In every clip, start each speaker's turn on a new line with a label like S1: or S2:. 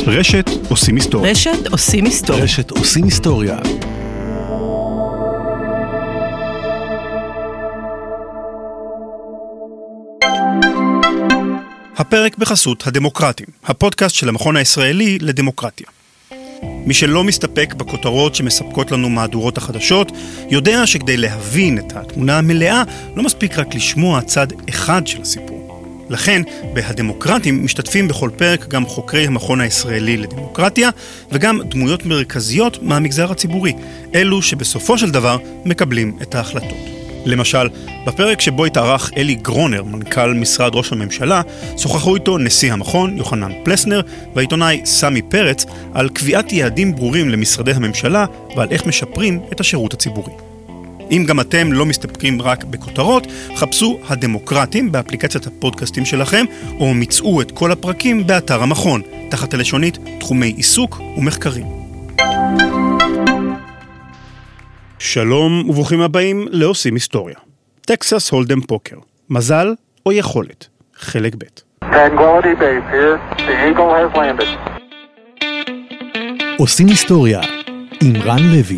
S1: רשת עושים היסטוריה.
S2: רשת עושים היסטוריה.
S1: רשת עושים היסטוריה. הפרק בחסות הדמוקרטים, הפודקאסט של המכון הישראלי לדמוקרטיה. מי שלא מסתפק בכותרות שמספקות לנו מהדורות החדשות, יודע שכדי להבין את התמונה המלאה, לא מספיק רק לשמוע צד אחד של הסיפור. לכן, בהדמוקרטים משתתפים בכל פרק גם חוקרי המכון הישראלי לדמוקרטיה, וגם דמויות מרכזיות מהמגזר הציבורי, אלו שבסופו של דבר מקבלים את ההחלטות. למשל, בפרק שבו התארח אלי גרונר, מנכ"ל משרד ראש הממשלה, שוחחו איתו נשיא המכון, יוחנן פלסנר, והעיתונאי סמי פרץ, על קביעת יעדים ברורים למשרדי הממשלה, ועל איך משפרים את השירות הציבורי. אם גם אתם לא מסתפקים רק בכותרות, חפשו הדמוקרטים באפליקציית הפודקאסטים שלכם, או מצאו את כל הפרקים באתר המכון, תחת הלשונית תחומי עיסוק ומחקרים. שלום וברוכים הבאים לעושים היסטוריה. טקסס הולדם פוקר, מזל או יכולת, חלק ב'.
S3: Tranquility Base here. The Eagle has landed.
S1: עושים היסטוריה עם רן לוי.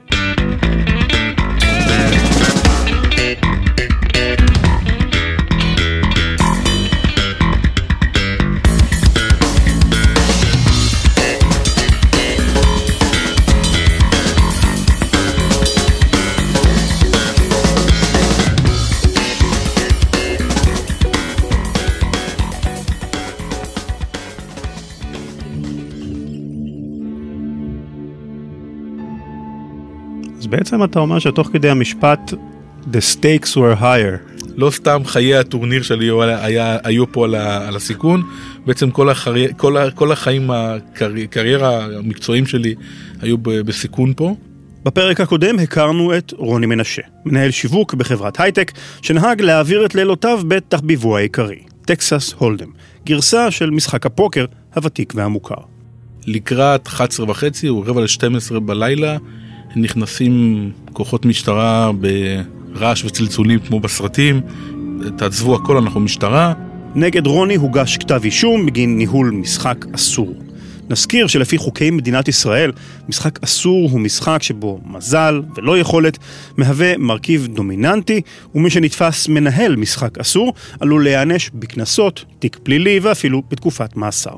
S1: אז בעצם אתה אומר שתוך כדי המשפט the stakes were higher.
S4: לא סתם חיי הטורניר שלי היו פה על הסיכון, בעצם כל החיים, הקריירה המקצועיים שלי היו בסיכון פה.
S1: בפרק הקודם הכרנו את רוני מנשה, מנהל שיווק בחברת הייטק, שנהג להעביר את לילותיו בתחביבו העיקרי, טקסס הולדם, גרסה של משחק הפוקר הוותיק והמוכר. לקראת 11:30 או 11:45 בלילה, נכנסים כוחות משטרה ברעש וצלצולים כמו בסרטים, תעזבו הכל, אנחנו משטרה. נגד רוני הוגש כתב אישום בגין ניהול משחק אסור. נזכיר שלפי חוקי מדינת ישראל, משחק אסור הוא משחק שבו מזל ולא יכולת מהווה מרכיב דומיננטי, ומי שנתפס מנהל משחק אסור עלול להיענש בכנסות, תיק פלילי ואפילו בתקופת מאסר.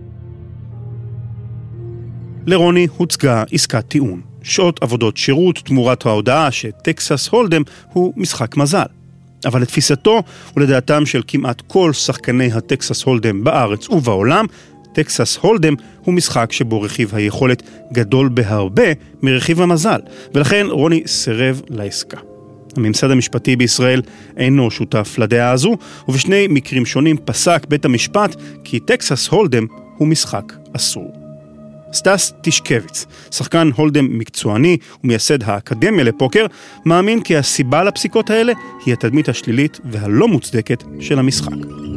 S1: לרוני הוצגה עסקת טיעון. שעות עבודות שירות תמורת ההודעה שטקסס הולדם הוא משחק מזל. אבל לתפיסתו ולדעתם של כמעט כל שחקני הטקסס הולדם בארץ ובעולם, טקסס הולדם הוא משחק שבו רכיב היכולת גדול בהרבה מרכיב המזל, ולכן רוני סירב לעסקה. הממסד המשפטי בישראל אינו שותף לדעה הזו, ובשני מקרים שונים פסק בית המשפט כי טקסס הולדם הוא משחק אסור. סטס טישקביץ, שחקן הולדם מקצועני ומייסד האקדמיה לפוקר, מאמין כי הסיבה לפסיקות האלה היא התדמית השלילית והלא מוצדקת של המשחק.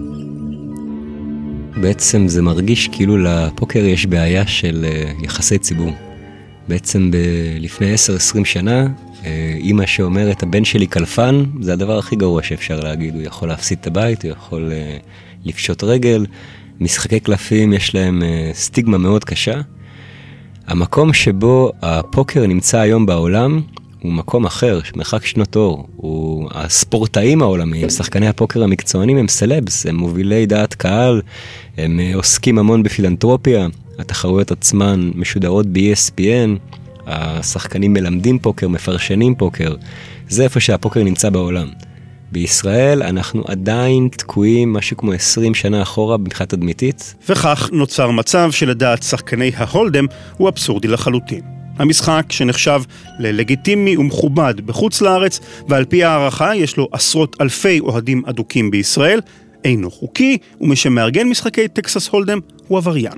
S5: בעצם זה מרגיש כאילו לפוקר יש בעיה של יחסי ציבור. בעצם לפני 10-20 שנה, אמא שאומרת הבן שלי קלפן, זה הדבר הכי גרוע שאפשר להגיד. הוא יכול להפסיד את הבית, הוא יכול לפשוט רגל. משחקי קלפים יש להם סטיגמה מאוד קשה. המקום שבו הפוקר נמצא היום בעולם הוא מקום אחר, מרחק שנות אור. הספורטאים העולמיים, שחקני הפוקר המקצוענים הם סלבס, הם מובילי דעת קהל, הם עוסקים המון בפילנטרופיה, התחרויות עצמן משודרות ב-ESPN, השחקנים מלמדים פוקר, מפרשנים פוקר. זה איפה שהפוקר נמצא בעולם. בישראל אנחנו עדיין תקועים משהו כמו 20 שנה אחורה מבחינה תדמיתית.
S1: וכך נוצר מצב שלדעת שחקני ההולדם הוא אבסורדי לחלוטין. המשחק שנחשב ללגיטימי ומכובד בחוץ לארץ, ועל פי הערכה יש לו עשרות אלפי אוהדים אדוקים בישראל, אינו חוקי, ומי שמארגן משחקי טקסס הולדם הוא עבריין.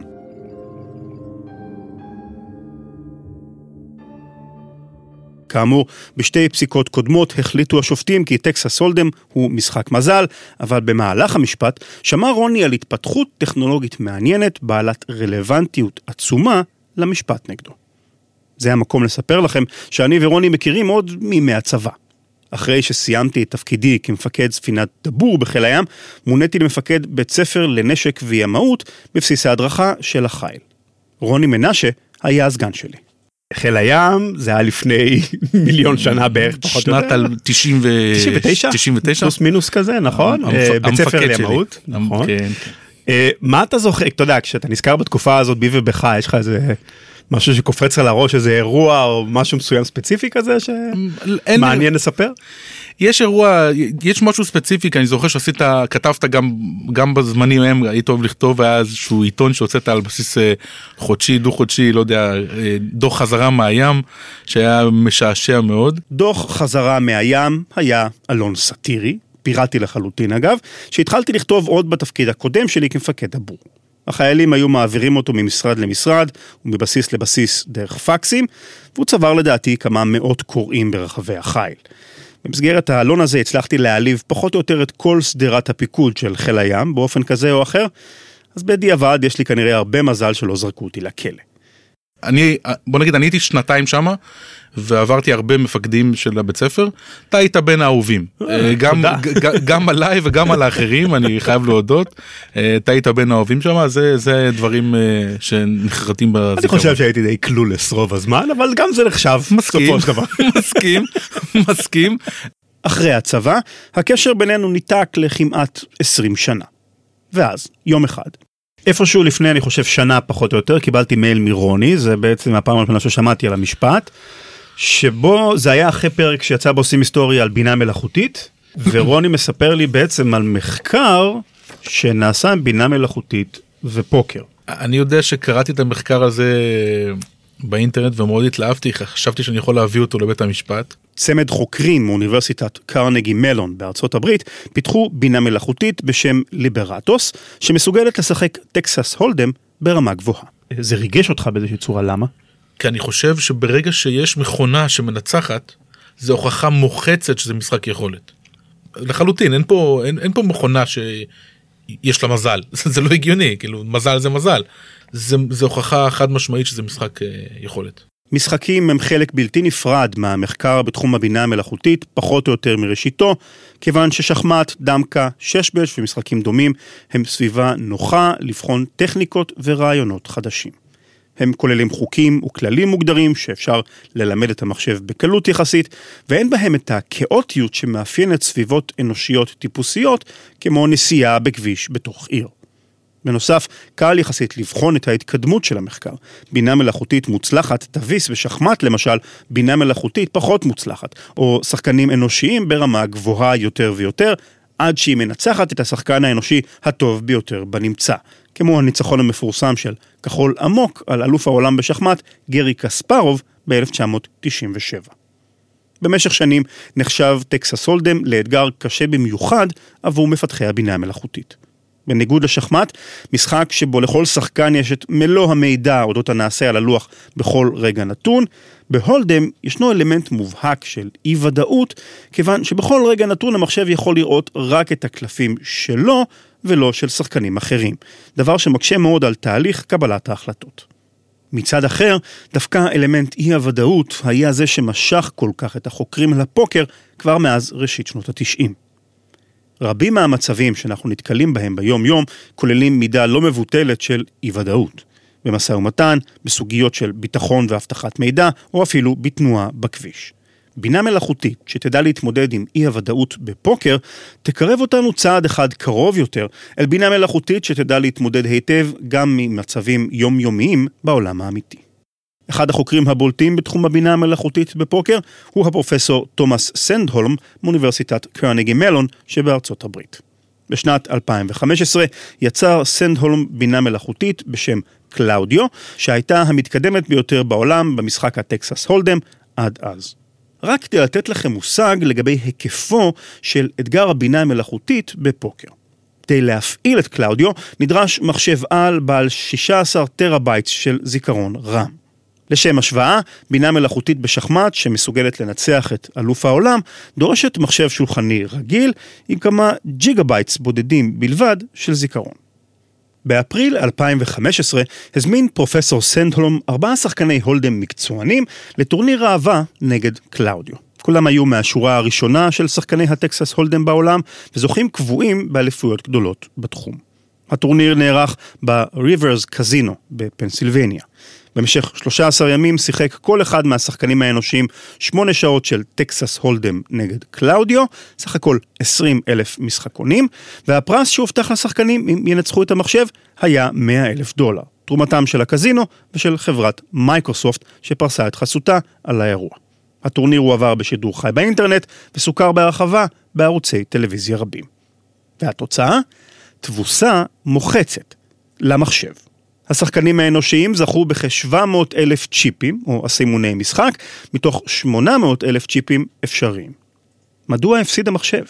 S1: כאמור, בשתי פסיקות קודמות החליטו השופטים כי טקסס הולדם הוא משחק מזל, אבל במהלך המשפט שמע רוני על התפתחות טכנולוגית מעניינת בעלת רלוונטיות עצומה למשפט נגדו. זה המקום לספר לכם שאני ורוני מכירים עוד מימי הצבא. אחרי שסיימתי את תפקידי כמפקד ספינת דבור בחיל הים, מוניתי למפקד בית ספר לנשק וימאות בבסיס ההדרכה של החיל. רוני מנשה היה הסגן שלי. חיל הים, זה היה לפני מיליון שנה בערך, פחות או יותר.
S4: שנת 99? 99?
S1: פלוס מינוס כזה, נכון? בית ספר לימאות. נכון. מה אתה זוכר, אתה יודע, כשאתה נזכר בתקופה הזאת בי ובך, יש לך איזה משהו שקופץ על הראש, איזה אירוע או משהו מסוים ספציפי כזה, שמעניין לספר?
S4: יש אירוע, יש משהו ספציפי, אני זוכר שעשית, כתבת גם בזמנים הם, היית אוהב לכתוב, היה איזשהו עיתון שהוצאת על בסיס חודשי, דו-חודשי, לא יודע, דוח חזרה מהים, שהיה משעשע מאוד.
S1: דוח חזרה מהים היה אלון סאטירי, פיראטי לחלוטין אגב, שהתחלתי לכתוב עוד בתפקיד הקודם שלי כמפקד הבור. החיילים היו מעבירים אותו ממשרד למשרד ומבסיס לבסיס דרך פקסים, והוא צבר לדעתי כמה מאות קוראים ברחבי החיל. במסגרת האלון הזה הצלחתי להעליב פחות או יותר את כל סדרת הפיקוד של חיל הים, באופן כזה או אחר, אז בדיעבד יש לי כנראה הרבה מזל שלא זרקו אותי לכלא.
S4: בוא נגיד, אני הייתי שנתיים שמה, ועברתי הרבה מפקדים של הבית ספר, אתה היית בין האהובים, גם עליי וגם על האחרים, אני חייב להודות, אתה היית בין האהובים שם, זה דברים שנחרטים בזיכרון.
S1: אני חושב שהייתי די קלולס רוב הזמן, אבל גם זה נחשב, בסופו של דבר.
S4: מסכים.
S1: אחרי הצבא, הקשר בינינו ניתק לכמעט 20 שנה. ואז, יום אחד, איפשהו לפני, אני חושב, שנה פחות או יותר, קיבלתי מייל מרוני, זה בעצם הפעם הראשונה ששמעתי על המשפט, שבו זה היה אחרי פרק שיצא בו עושים היסטוריה על בינה מלאכותית, ורוני מספר לי בעצם על מחקר שנעשה עם בינה מלאכותית ופוקר.
S4: אני יודע שקראתי את המחקר הזה באינטרנט ומאוד התלהבתי, חשבתי שאני יכול להביא אותו לבית המשפט.
S1: צמד חוקרים מאוניברסיטת קרנגי מלון בארצות הברית פיתחו בינה מלאכותית בשם ליברטוס, שמסוגלת לשחק טקסס הולדם ברמה גבוהה. זה ריגש אותך באיזושהי צורה, למה?
S4: כי אני חושב שברגע שיש מכונה שמנצחת, זה הוכחה מוחצת שזה משחק יכולת. לחלוטין, אין פה מכונה שיש לה מזל. זה לא הגיוני, כאילו, מזל זה מזל. זה הוכחה חד משמעית שזה משחק יכולת.
S1: משחקים הם חלק בלתי נפרד מהמחקר בתחום הבינה המלאכותית, פחות או יותר מראשיתו, כיוון ששחמט, דמקה, ששבש ומשחקים דומים הם סביבה נוחה לבחון טכניקות ורעיונות חדשים. הם כוללים חוקים וכללים מוגדרים שאפשר ללמד את המחשב בקלות יחסית, ואין בהם את הכאוטיות שמאפיינת סביבות אנושיות טיפוסיות, כמו נסיעה בכביש בתוך עיר. בנוסף, קל יחסית לבחון את ההתקדמות של המחקר. בינה מלאכותית מוצלחת תביס בשחמט, למשל, בינה מלאכותית פחות מוצלחת, או שחקנים אנושיים ברמה גבוהה יותר ויותר, עד שהיא מנצחת את השחקן האנושי הטוב ביותר בנמצא. כמו הניצחון המפורסם של כחול עמוק על אלוף העולם בשחמט, גרי קספרוב ב-1997. במשך שנים נחשב טקסס הולדם לאתגר קשה במיוחד עבור מפתחי הבינה המלאכותית. בניגוד לשחמט, משחק שבו לכל שחקן יש את מלוא המידע אודות הנעשה על הלוח בכל רגע נתון, בהולדם ישנו אלמנט מובהק של אי-ודאות, כיוון שבכל רגע נתון המחשב יכול לראות רק את הקלפים שלו ולא של שחקנים אחרים, דבר שמקשה מאוד על תהליך קבלת ההחלטות. מצד אחר, דווקא אלמנט אי-הוודאות היה זה שמשך כל כך את החוקרים לפוקר כבר מאז ראשית שנות ה-90. רבים מהמצבים שאנחנו נתקלים בהם ביום-יום כוללים מידה לא מבוטלת של אי-ודאות. במשא ומתן, בסוגיות של ביטחון והבטחת מידע, או אפילו בתנועה בכביש. בינה מלאכותית שתדע להתמודד עם אי-הוודאות בפוקר, תקרב אותנו צעד אחד קרוב יותר אל בינה מלאכותית שתדע להתמודד היטב גם ממצבים יומיומיים בעולם האמיתי. אחד החוקרים הבולטים בתחום הבינה המלאכותית בפוקר הוא הפרופסור תומאס סנדהולם מאוניברסיטת קרנגי מלון שבארצות הברית. בשנת 2015 יצר סנדהולם בינה מלאכותית בשם קלאודיו, שהייתה המתקדמת ביותר בעולם במשחק הטקסס הולדם עד אז. רק כדי לתת לכם מושג לגבי היקפו של אתגר הבינה המלאכותית בפוקר. כדי להפעיל את קלאודיו נדרש מחשב על בעל 16 טראבייט של זיכרון רם. לשם השוואה, בינה מלאכותית בשחמט שמסוגלת לנצח את אלוף העולם, דורשת מחשב שולחני רגיל עם כמה ג'יגאבייטס בודדים בלבד של זיכרון. באפריל 2015 הזמין פרופסור סנדהולם 4 שחקני הולדם מקצוענים לטורניר אהבה נגד קלאודיו. כולם היו מהשורה הראשונה של שחקני הטקסס הולדם בעולם וזוכים קבועים באליפויות גדולות בתחום. הטורניר נערך ב-Rivers קזינו בפנסילבניה. במשך 13 ימים שיחק כל אחד מהשחקנים האנושיים 8 שעות של טקסס הולדם נגד קלאודיו, סך הכל 20,000 משחקונים, והפרס שהובטח לשחקנים אם ינצחו את המחשב היה $100,000. תרומתם של הקזינו ושל חברת מייקרוסופט שפרסה את חסותה על האירוע. הטורניר הועבר בשידור חי באינטרנט וסוכר בהרחבה בערוצי טלוויזיה רבים. והתוצאה? תבוסה מוחצת למחשב. השחקנים האנושיים זכו בכ-700,000 צ'יפים, או אסימוני משחק, מתוך 800,000 צ'יפים אפשריים. מדוע הפסיד המחשב?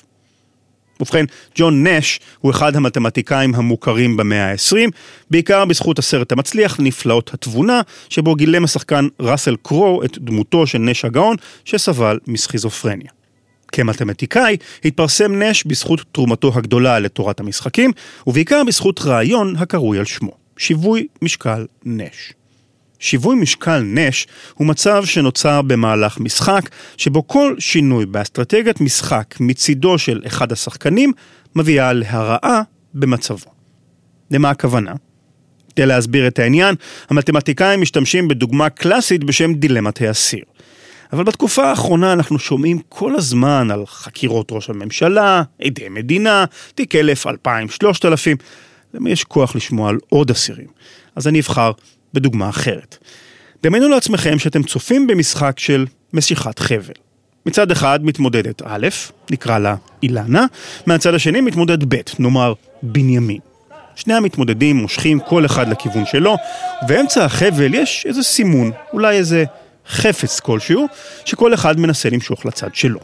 S1: ובכן, ג'ון נש הוא אחד המתמטיקאים המוכרים במאה ה-20, בעיקר בזכות הסרט המצליח נפלאות התבונה, שבו גילם השחקן ראסל קרו את דמותו של נש הגאון, שסבל מסכיזופרניה. כמתמטיקאי התפרסם נש בזכות תרומתו הגדולה לתורת המשחקים, ובעיקר בזכות רעיון הקרוי על שמו, שיווי משקל נש. שיווי משקל נש הוא מצב שנוצר במהלך משחק, שבו כל שינוי באסטרטגיית משחק מצידו של אחד השחקנים, מביאה להרעה במצבו. למה הכוונה? כדי להסביר את העניין, המתמטיקאים משתמשים בדוגמה קלאסית בשם דילמת האסיר. אבל בתקופה האחרונה אנחנו שומעים כל הזמן על חקירות ראש הממשלה, עדי מדינה, תיק 1,000, 2,000, 3,000. למי יש כוח לשמוע על עוד אסירים? אז אני אבחר בדוגמה אחרת. דמיינו לעצמכם שאתם צופים במשחק של משיכת חבל. מצד אחד מתמודדת א', נקרא לה אילנה, מהצד השני מתמודד ב', נאמר בנימין. שני המתמודדים מושכים כל אחד לכיוון שלו, ובאמצע החבל יש איזה סימון, אולי איזה חפץ כלשהו, שכל אחד מנסה למשוך לצד שלו.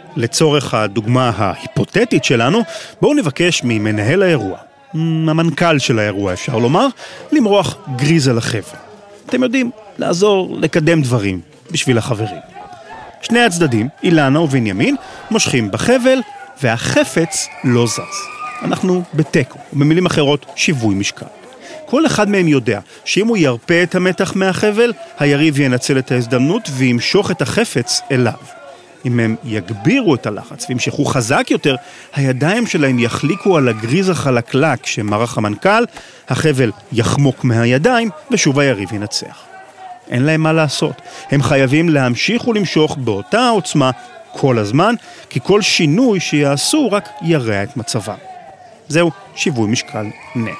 S1: לצורך הדוגמה ההיפותטית שלנו, בואו נבקש ממנהל האירוע, המנכ"ל של האירוע אפשר לומר, למרוח גריז על החבל. אתם יודעים, לעזור לקדם דברים בשביל החברים. שני הצדדים, אילנה ובנימין, מושכים בחבל, והחפץ לא זז. אנחנו בטקו, ובמילים אחרות, שיווי משקל. כל אחד מהם יודע שאם הוא ירפה את המתח מהחבל, היריב ינצל את ההזדמנות וימשוך את החפץ אליו. אם הם יגבירו את הלחץ וימשכו חזק יותר, הידיים שלהם יחליקו על הגריז החלקלק שמרח המנכ"ל, החבל יחמוק מהידיים ושוב היריב ינצח. אין להם מה לעשות. הם חייבים להמשיך ולמשוך באותה העוצמה כל הזמן, כי כל שינוי שיעשו רק ירע את מצבם. זהו שיווי משקל נש.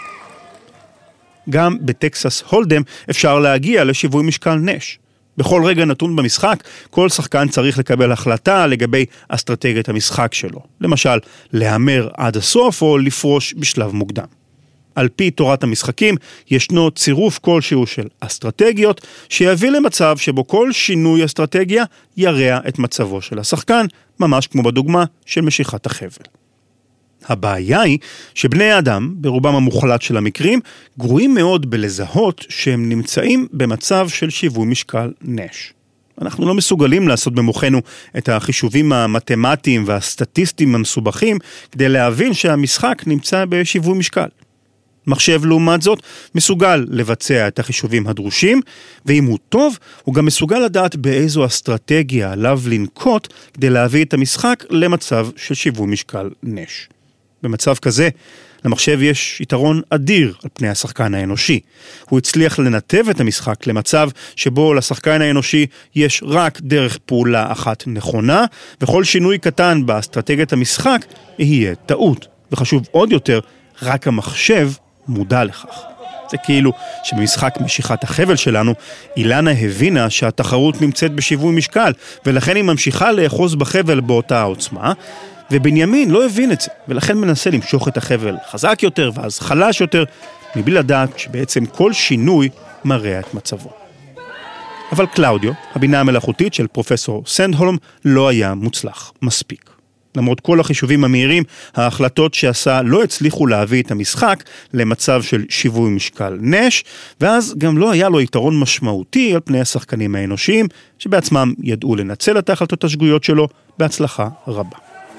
S1: גם בטקסס הולדם אפשר להגיע לשיווי משקל נש. בכל רגע נתון במשחק, כל שחקן צריך לקבל החלטה לגבי אסטרטגיית המשחק שלו. למשל, להמר עד הסוף או לפרוש בשלב מוקדם. על פי תורת המשחקים, ישנו צירוף כלשהו של אסטרטגיות, שיביא למצב שבו כל שינוי אסטרטגיה ירע את מצבו של השחקן, ממש כמו בדוגמה של משיכת החבל. הבעיה היא שבני האדם, ברובם המוחלט של המקרים, גרועים מאוד בלזהות שהם נמצאים במצב של שיווי משקל נש. אנחנו לא מסוגלים לעשות במוחנו את החישובים המתמטיים והסטטיסטיים המסובכים, כדי להבין שהמשחק נמצא בשיווי משקל. מחשב לעומת זאת מסוגל לבצע את החישובים הדרושים, ואם הוא טוב, הוא גם מסוגל לדעת באיזו אסטרטגיה עליו לנקוט, כדי להביא את המשחק למצב של שיווי משקל נש. במצב כזה, למחשב יש יתרון אדיר על פני השחקן האנושי. הוא הצליח לנתב את המשחק למצב שבו לשחקן האנושי יש רק דרך פעולה אחת נכונה, וכל שינוי קטן באסטרטגיית המשחק יהיה טעות. וחשוב עוד יותר, רק המחשב מודע לכך. זה כאילו שבמשחק משיכת החבל שלנו, אילנה הבינה שהתחרות נמצאת בשיווי משקל, ולכן היא ממשיכה לאחוז בחבל באותה העוצמה, ובנימין לא הבין את זה, ולכן מנסה למשוך את החבל חזק יותר ואז חלש יותר, מבלי לדעת שבעצם כל שינוי מראה את מצבו. אבל קלאודיו, הבינה המלאכותית של פרופסור סנדהולם, לא היה מוצלח מספיק. למרות כל החישובים המהירים, ההחלטות שעשה לא הצליחו להביא את המשחק למצב של שיווי משקל נש, ואז גם לא היה לו יתרון משמעותי על פני השחקנים האנושיים, שבעצמם ידעו לנצל את ההחלטות השגויות שלו בהצלחה רבה.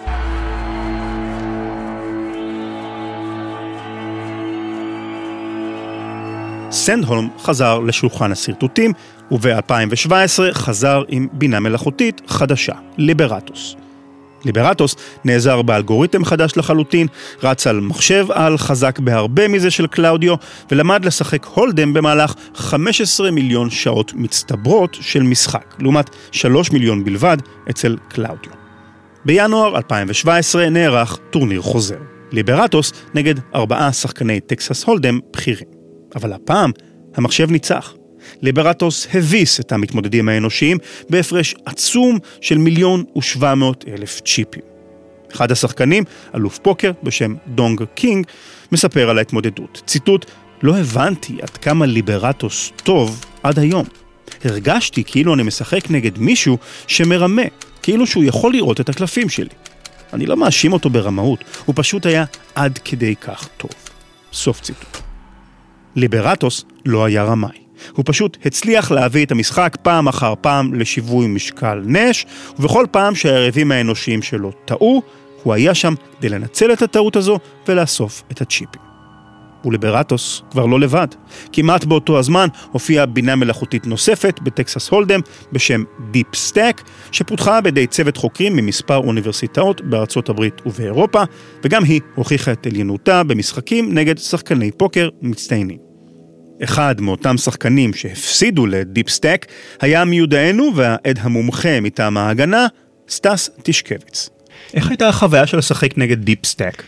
S1: סנדהולם חזר לשולחן הסרטוטים, וב-2017 חזר עם בינה מלאכותית חדשה, ליברטוס. ליברטוס נעזר באלגוריתם חדש לחלוטין, רץ על מחשב על חזק בהרבה מזה של קלאודיו, ולמד לשחק הולדם במהלך 15 מיליון שעות מצטברות של משחק, לעומת 3 מיליון בלבד אצל קלאודיו. בינואר 2017 נערך טורניר חוזר. ליברטוס נגד 4 שחקני טקסס הולדם בכירים. אבל הפעם המחשב ניצח. ליברטוס הביס את המתמודדים האנושיים בהפרש עצום של 1,700,000 צ'יפים. אחד השחקנים, אלוף פוקר בשם דונג קינג, מספר על ההתמודדות. ציטוט, לא הבנתי עד כמה ליברטוס טוב עד היום. הרגשתי כאילו אני משחק נגד מישהו שמרמה, כאילו שהוא יכול לראות את הקלפים שלי. אני לא מאשים אותו ברמאות, הוא פשוט היה עד כדי כך טוב. סוף ציטוט. ליברטוס לא היה רמאי. הוא פשוט הצליח להביא את המשחק פעם אחר פעם לשיווי משקל נש, ובכל פעם שהיריבים האנושיים שלו טעו, הוא היה שם כדי לנצל את הטעות הזו ולאסוף את הצ'יפים. וליברטוס כבר לא לבד. כמעט באותו הזמן הופיעה בינה מלאכותית נוספת בטקסס הולדם בשם דיפ סטאק, שפותחה בידי צוות חוקרים ממספר אוניברסיטאות בארצות הברית ובאירופה, וגם היא הוכיחה את עליונותה במשחקים נגד שחקני פוקר מצטיינים. אחד מאותם שחקנים שהפסידו לדיפ סטאק היה מיודענו והעד המומחה מטעם ההגנה, סטס טישקביץ. איך הייתה החוויה של לשחק נגד דיפ סטאק?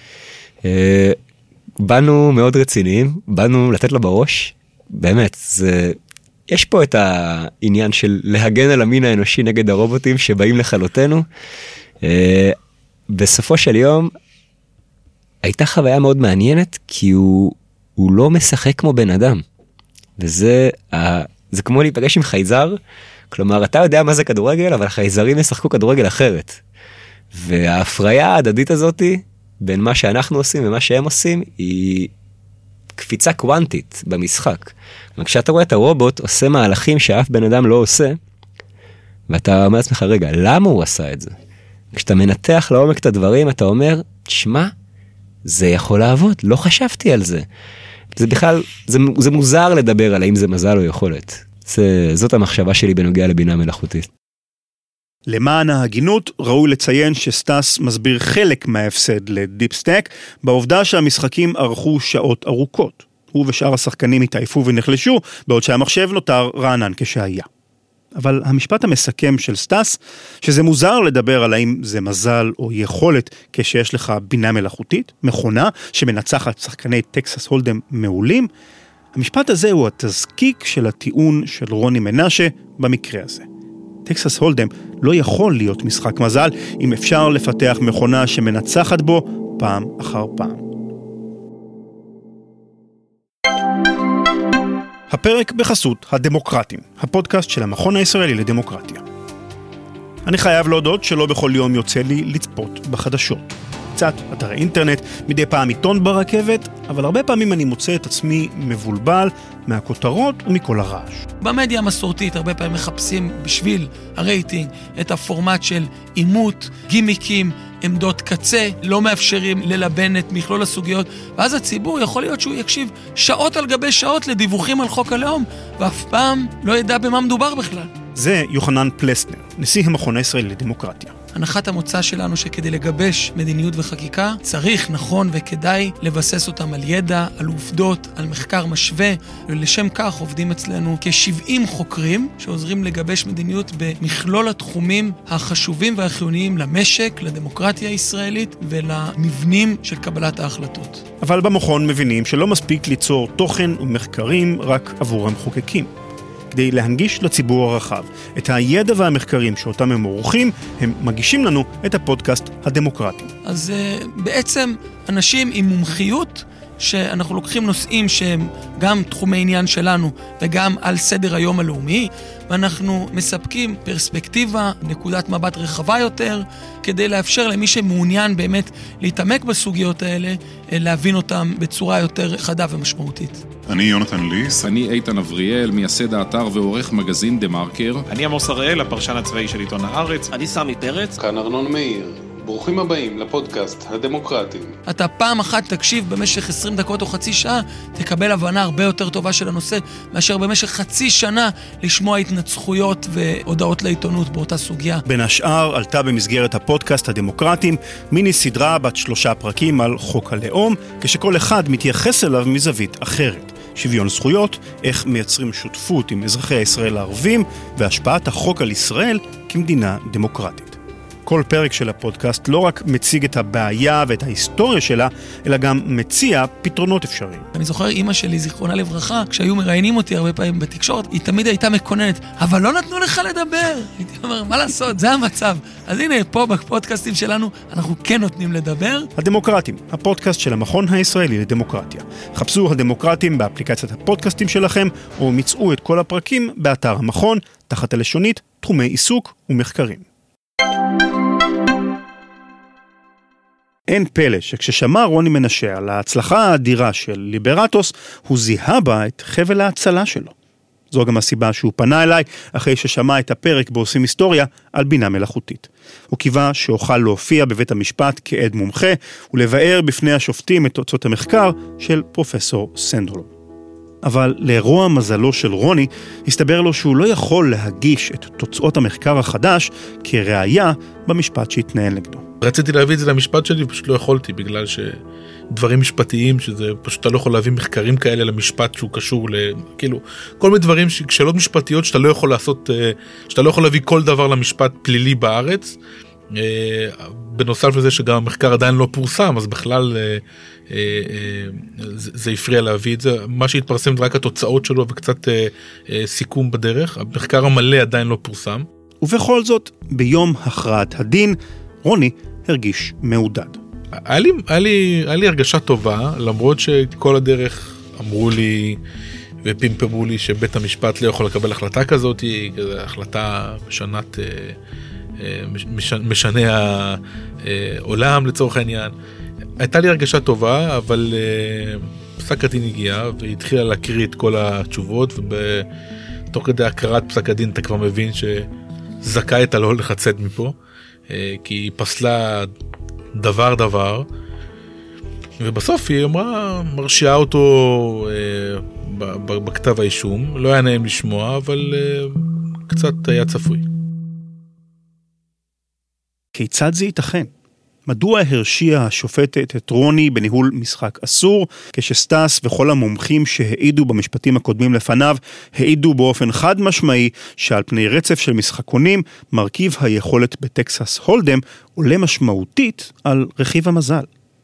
S5: באנו מאוד רציניים, באנו לתת לו בראש, באמת, יש פה את העניין של להגן על המין האנושי נגד הרובוטים שבאים לכלותנו. בסופו של יום, הייתה חוויה מאוד מעניינת, כי הוא לא משחק כמו בן אדם. וזה כמו להיפגש עם חייזר, כלומר, אתה יודע מה זה כדורגל, אבל החייזרים ישחקו כדורגל אחרת. וההפריה ההדדית הזאת, בין מה שאנחנו עושים ומה שהם עושים, היא קפיצה קוונטית במשחק. כשאתה רואה את הרובוט עושה מהלכים שאף בן אדם לא עושה, ואתה אומר לעצמך, רגע, למה הוא עשה את זה? כשאתה מנתח לעומק את הדברים, אתה אומר, תשמע, זה יכול לעבוד, לא חשבתי על זה. זה בכלל, זה מוזר לדבר על האם זה מזל או יכולת. זאת המחשבה שלי בנוגע לבינה מלאכותית.
S1: למען ההגינות, ראוי לציין שסטס מסביר חלק מההפסד לדיפ סטאק, בעובדה שהמשחקים ערכו שעות ארוכות. הוא ושאר השחקנים התעייפו ונחלשו, בעוד שהמחשב נותר רענן כשהיה. אבל המשפט המסכם של סטס, שזה מוזר לדבר על האם זה מזל או יכולת כשיש לך בינה מלאכותית, מכונה שמנצחת שחקני טקסס הולדם מעולים, המשפט הזה הוא התזקיק של הטיעון של רוני מנשה במקרה הזה. טקסס הולדם לא יכול להיות משחק מזל אם אפשר לפתח מכונה שמנצחת בו פעם אחר פעם. הפרק בחסות הדמוקרטים, הפודקאסט של המכון הישראלי לדמוקרטיה. אני חייב להודות שלא בכל יום יוצא לי לצפות בחדשות. קצת אתרי אינטרנט, מדי פעם עיתון ברכבת, אבל הרבה פעמים אני מוצא את עצמי מבולבל מהכותרות ומכל הרעש.
S2: במדיה המסורתית הרבה פעמים מחפשים בשביל הרייטינג את הפורמט של עימות, גימיקים, עמדות קצה, לא מאפשרים ללבן את מכלול הסוגיות, ואז הציבור יכול להיות שהוא יקשיב שעות על גבי שעות לדיווחים על חוק הלאום, ואף פעם לא ידע במה מדובר בכלל.
S1: זה יוחנן פלסנר, נשיא המכון הישראלי לדמוקרטיה.
S2: הנחת המוצא שלנו שכדי לגבש מדיניות וחקיקה, צריך, נכון וכדאי לבסס אותם על ידע, על עובדות, על מחקר משווה, ולשם כך עובדים אצלנו כ-70 חוקרים שעוזרים לגבש מדיניות במכלול התחומים החשובים והחיוניים למשק, לדמוקרטיה הישראלית ולמבנים של קבלת ההחלטות.
S1: אבל במכון מבינים שלא מספיק ליצור תוכן ומחקרים רק עבור המחוקקים. כדי להנגיש לציבור הרחב את הידע והמחקרים שאותם הם עורכים, הם מגישים לנו את הפודקאסט הדמוקרטי.
S2: אז בעצם אנשים עם מומחיות, שאנחנו לוקחים נושאים שהם גם תחומי עניין שלנו וגם על סדר היום הלאומי, ואנחנו מספקים פרספקטיבה, נקודת מבט רחבה יותר, כדי לאפשר למי שמעוניין באמת להתעמק בסוגיות האלה, להבין אותם בצורה יותר חדה ומשמעותית.
S6: אני יונתן ליס.
S7: אני איתן אבריאל, מייסד האתר ועורך מגזין דה מרקר.
S8: אני עמוס הראל, הפרשן הצבאי של עיתון הארץ.
S9: אני סמי פרץ.
S10: כאן ארנון מאיר.
S7: ברוכים הבאים לפודקאסט הדמוקרטים.
S2: אתה פעם אחת תקשיב במשך 20 דקות או חצי שעה, תקבל הבנה הרבה יותר טובה של הנושא, מאשר במשך חצי שנה לשמוע התנצחויות והודעות לעיתונות באותה סוגיה.
S1: בין השאר עלתה במסגרת הפודקאסט הדמוקרטים מיני סדרה בת 3 פרקים על חוק הלאום, כשכל אחד מתייחס אליו מזווית אחרת. שוויון זכויות, איך מייצרים שותפות עם אזרחי ישראל הערבים, והשפעת החוק על ישראל כמדינה דמוקרטית. כל פרק של הפודקאסט לא רק מציג את הבעיה ואת ההיסטוריה שלה, אלא גם מציע פתרונות אפשריים.
S2: אני זוכר אמא שלי, זיכרונה לברכה, כשהיו מראיינים אותי הרבה פעמים בתקשורת, היא תמיד הייתה מקוננת, אבל לא נתנו לך לדבר. הייתי אומר, מה לעשות? זה המצב. אז הנה, פה בפודקאסטים שלנו, אנחנו כן נותנים לדבר.
S1: הדמוקרטים, הפודקאסט של המכון הישראלי לדמוקרטיה. חפשו הדמוקרטים באפליקציית הפודקאסטים שלכם, או מצאו את כל הפרקים באתר המכון, תחת הלשונית, תחומי עיסוק ומחקרים. אין פלא שכששמע רוני מנשה על ההצלחה האדירה של ליברטוס, הוא זיהה בה את חבל ההצלה שלו. זו גם הסיבה שהוא פנה אליי אחרי ששמע את הפרק בעושים היסטוריה על בינה מלאכותית. הוא קיווה שאוכל להופיע בבית המשפט כעד מומחה ולבאר בפני השופטים את תוצאות המחקר של פרופסור סנדרלום. אבל לרוע מזלו של רוני, הסתבר לו שהוא לא יכול להגיש את תוצאות המחקר החדש כראיה במשפט שהתנהל נגדו.
S4: רציתי להביא את זה למשפט שלי, פשוט לא יכולתי, בגלל שדברים משפטיים, שזה פשוט אתה לא יכול להביא מחקרים כאלה למשפט שהוא קשור כאילו, כל מיני דברים, שאלות משפטיות שאתה לא יכול לעשות, שאתה לא יכול להביא כל דבר למשפט פלילי בארץ, בנוסף לזה שגם המחקר עדיין לא פורסם, אז בכלל זה הפריע להביא את זה. מה שהתפרסם זה רק התוצאות שלו וקצת סיכום בדרך. המחקר המלא עדיין לא פורסם.
S1: ובכל זאת, ביום הכרעת הדין, רוני הרגיש מעודד.
S4: היה לי הרגשה טובה, למרות שכל הדרך אמרו לי ופימפמו לי שבית המשפט לא יכול לקבל החלטה כזאת, החלטה משנה העולם לצורך העניין. הייתה לי הרגשה טובה, אבל פסק הדין הגיע והתחילה להקריא את כל התשובות, ובתוך כדי הקראת פסק הדין אתה כבר מבין שזכאי אתה לא לחצד מפה, כי היא פסלה דבר, ובסוף היא אמרה, מרשיעה אותו בכתב האישום. לא היה נעים לשמוע, אבל קצת היה צפוי.
S1: כיצד זה ייתכן? מדוע הרשיע השופטת את רוני בניהול משחק אסור, כשסטס וכל המומחים שהעידו במשפטים הקודמים לפניו, העידו באופן חד משמעי שעל פני רצף של משחקונים, מרכיב היכולת בטקסס הולדם עולה משמעותית על רכיב המזל?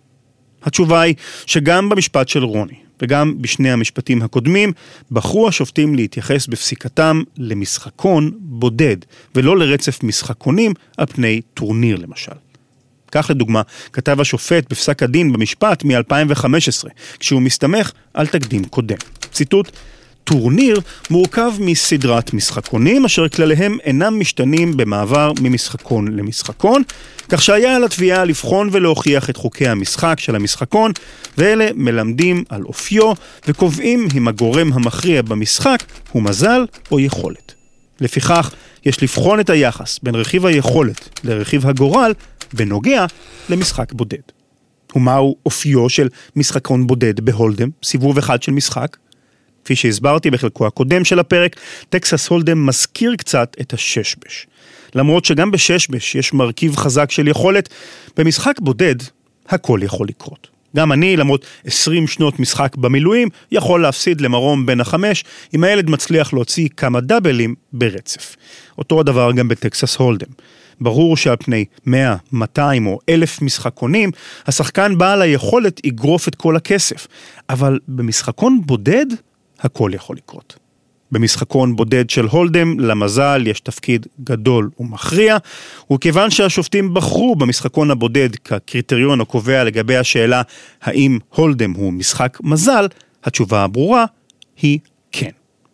S1: התשובה היא שגם במשפט של רוני, וגם בשני המשפטים הקודמים, בחרו השופטים להתייחס בפסיקתם למשחקון בודד, ולא לרצף משחקונים על פני טורניר למשל. כך לדוגמה, כתב השופט בפסק הדין במשפט מ-2015, כשהוא מסתמך על תקדים קודם. ציטוט, טורניר מורכב מסדרת משחקונים, אשר כלליהם אינם משתנים במעבר ממשחקון למשחקון, כך שהיה על התביעה לבחון ולהוכיח את חוקי המשחק של המשחקון, ואלה מלמדים על אופיו וקובעים אם הגורם המכריע במשחק הוא מזל או יכולת. לפיכך, יש לבחון את היחס בין רכיב היכולת לרכיב הגורל בנוגע למשחק בודד. ומהו אופיו של משחקון בודד בהולדם, סיבוב אחד של משחק? כפי שהסברתי בחלקו הקודם של הפרק, טקסס הולדם מזכיר קצת את הששבש. למרות שגם בששבש יש מרכיב חזק של יכולת, במשחק בודד הכל יכול לקרות. גם אני, למרות 20 שנות משחק במילואים, יכול להפסיד למרום בין החמש, אם הילד מצליח להוציא כמה דאבלים ברצף. אותו הדבר גם בטקסס הולדם. ברור שעל פני 100, 200 או 1,000 משחקונים, השחקן בעל היכולת יגרוף את כל הכסף. אבל במשחקון בודד, הכל יכול לקרות. במשחקון בודד של הולדם, למזל יש תפקיד גדול ומכריע, וכיוון שהשופטים בחרו במשחקון הבודד כקריטריון הקובע לגבי השאלה האם הולדם הוא משחק מזל, התשובה הברורה היא כן.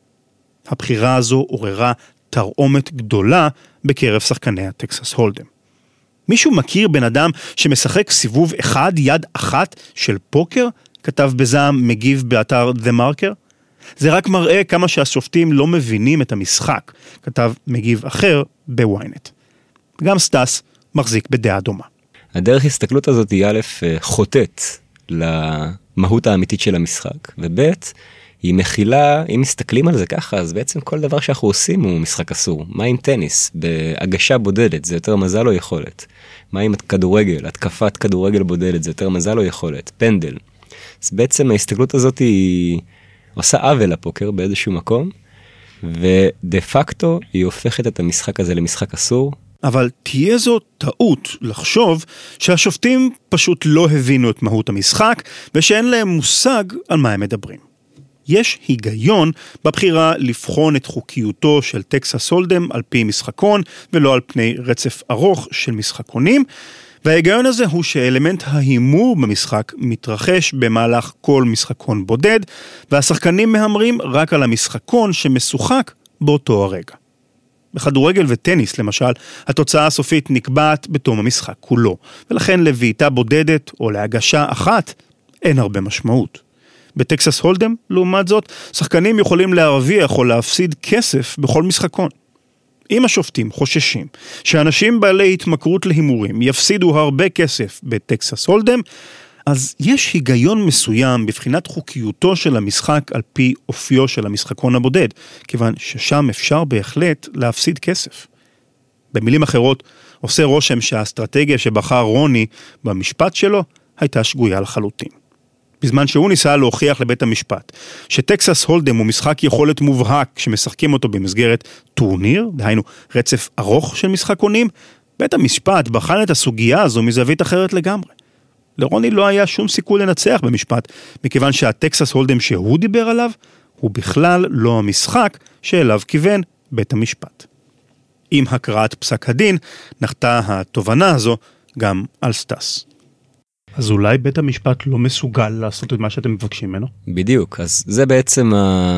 S1: הבחירה הזו עוררה תרעומת גדולה בקרב שחקני הטקסס הולדם. מישהו מכיר בן אדם שמשחק סיבוב אחד יד אחת של פוקר? כתב בזעם מגיב באתר The Marker. זה רק מראה כמה שהשופטים לא מבינים את המשחק, כתב מגיב אחר בוויינט. גם סטס מחזיק בדעה דומה.
S5: הדרך הסתכלות הזאת היא א', חוטאת למהות האמיתית של המשחק, וב', היא מכילה, אם מסתכלים על זה ככה, אז בעצם כל דבר שאנחנו עושים הוא משחק אסור. מה עם טניס? בהגשה בודדת, זה יותר מזל או יכולת. מה עם כדורגל? התקפת כדורגל בודדת, זה יותר מזל או יכולת. פנדל. אז בעצם ההסתכלות הזאת היא עושה עוול לפוקר באיזשהו מקום, ודה פקטו היא הופכת את המשחק הזה למשחק אסור.
S1: אבל תהיה זו טעות לחשוב שהשופטים פשוט לא הבינו את מהות המשחק, ושאין להם מושג על מה הם מדברים. יש היגיון בבחירה לבחון את חוקיותו של טקסס הולדם על פי משחקון, ולא על פני רצף ארוך של משחקונים, וההיגיון הזה הוא שאלמנט ההימור במשחק מתרחש במהלך כל משחקון בודד, והשחקנים מהמרים רק על המשחקון שמשוחק באותו הרגע. בכדורגל וטניס, למשל, התוצאה הסופית נקבעת בתום המשחק כולו, ולכן לבעיטה בודדת או להגשה אחת אין הרבה משמעות. בטקסס הולדם, לעומת זאת, שחקנים יכולים להרוויח או להפסיד כסף בכל משחקון. אם השופטים חוששים שאנשים בעלי התמכרות להימורים יפסידו הרבה כסף בטקסס הולדם, אז יש היגיון מסוים בבחינת חוקיותו של המשחק על פי אופיו של המשחקון הבודד, כיוון ששם אפשר בהחלט להפסיד כסף. במילים אחרות, עושה רושם שהאסטרטגיה שבחר רוני במשפט שלו הייתה שגויה לחלוטין. בזמן שהוא ניסה להוכיח לבית המשפט שטקסס הולדם הוא משחק יכולת מובהק שמשחקים אותו במסגרת טורניר, דהיינו רצף ארוך של משחקונים, בית המשפט בחן את הסוגיה הזו מזווית אחרת לגמרי. לרוני לא היה שום סיכוי לנצח במשפט, מכיוון שהטקסס הולדם שהוא דיבר עליו, הוא בכלל לא המשחק שאליו כיוון בית המשפט. עם הקראת פסק הדין, נחתה התובנה הזו גם על סטס. אז אולי בית המשפט לא מסוגל לעשות את מה שאתם מבקשים ממנו?
S5: בדיוק, אז זה בעצם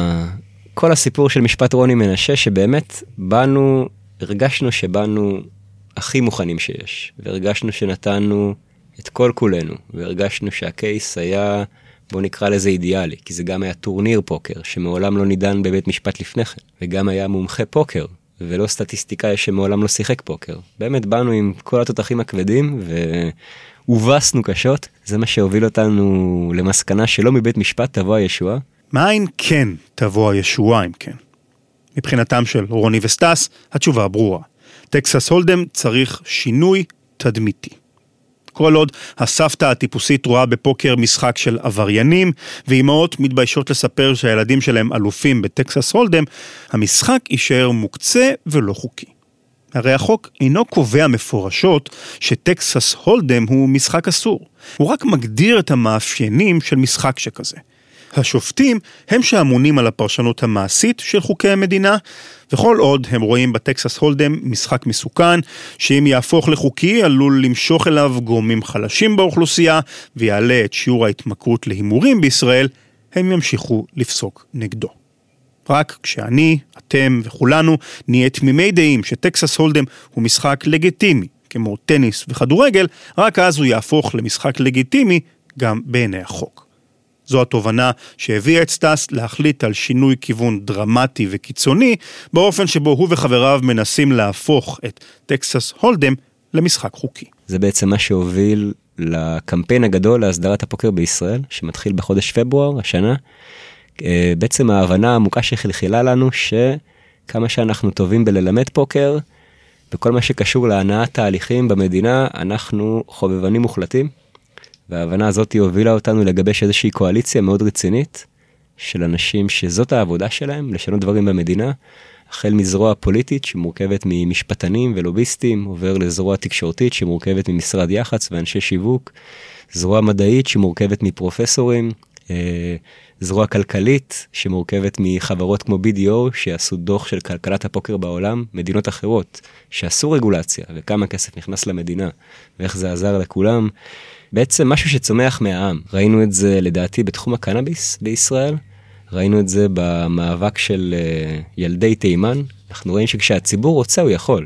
S5: כל הסיפור של משפט רוני מנשה, שבאמת הרגשנו שבאנו הכי מוכנים שיש, והרגשנו שנתנו את כל כולנו, והרגשנו שהקייס היה, בוא נקרא לזה אידיאלי, כי זה גם היה טורניר פוקר, שמעולם לא נידן בבית משפט לפני כן, וגם היה מומחה פוקר, ולא סטטיסטיקאי שמעולם לא שיחק פוקר. באמת באנו עם כל התותחים הכבדים, הובסנו קשות, זה מה שהוביל אותנו למסקנה שלא מבית משפט תבוא הישועה.
S1: מאין כן תבוא הישועה אם כן? מבחינתם של רוני וסטס, התשובה ברורה. טקסס הולדם צריך שינוי תדמיתי. כל עוד הסבתא הטיפוסית רואה בפוקר משחק של עבריינים, ואימהות מתביישות לספר שהילדים שלהם אלופים בטקסס הולדם, המשחק יישאר מוקצה ולא חוקי. הרי החוק אינו קובע מפורשות שטקסס הולדם הוא משחק אסור. הוא רק מגדיר את המאפיינים של משחק שכזה. השופטים הם שאמונים על הפרשנות המעשית של חוקי המדינה, וכל עוד הם רואים בטקסס הולדם משחק מסוכן, שאם יהפוך לחוקי עלול למשוך אליו גורמים חלשים באוכלוסייה, ויעלה את שיעור ההתמכרות להימורים בישראל, הם ימשיכו לפסוק נגדו. רק כשאני, אתם וכולנו נהיה תמימי דעים שטקסס הולדם הוא משחק לגיטימי, כמו טניס וכדורגל, רק אז הוא יהפוך למשחק לגיטימי גם בעיני החוק. זו התובנה שהביאה את סטס להחליט על שינוי כיוון דרמטי וקיצוני, באופן שבו הוא וחבריו מנסים להפוך את טקסס הולדם למשחק חוקי.
S5: זה בעצם מה שהוביל לקמפיין הגדול להסדרת הפוקר בישראל, שמתחיל בחודש פברואר השנה. בעצם ההבנה העמוקה שחלחלה לנו שכמה שאנחנו טובים בללמד פוקר, בכל מה שקשור להנעת תהליכים במדינה, אנחנו חובבנים מוחלטים. וההבנה הזאת הובילה אותנו לגבש איזושהי קואליציה מאוד רצינית, של אנשים שזאת העבודה שלהם, לשנות דברים במדינה, החל מזרוע פוליטית שמורכבת ממשפטנים ולוביסטים, עובר לזרוע תקשורתית שמורכבת ממשרד יח"צ ואנשי שיווק, זרוע מדעית שמורכבת מפרופסורים, זרוע כלכלית שמורכבת מחברות כמו BDO שעשו דוח של כלכלת הפוקר בעולם, מדינות אחרות שעשו רגולציה וכמה כסף נכנס למדינה ואיך זה עזר לכולם. בעצם משהו שצומח מהעם. ראינו את זה לדעתי בתחום הקנאביס בישראל, ראינו את זה במאבק של ילדי תימן. אנחנו רואים שכשהציבור רוצה הוא יכול.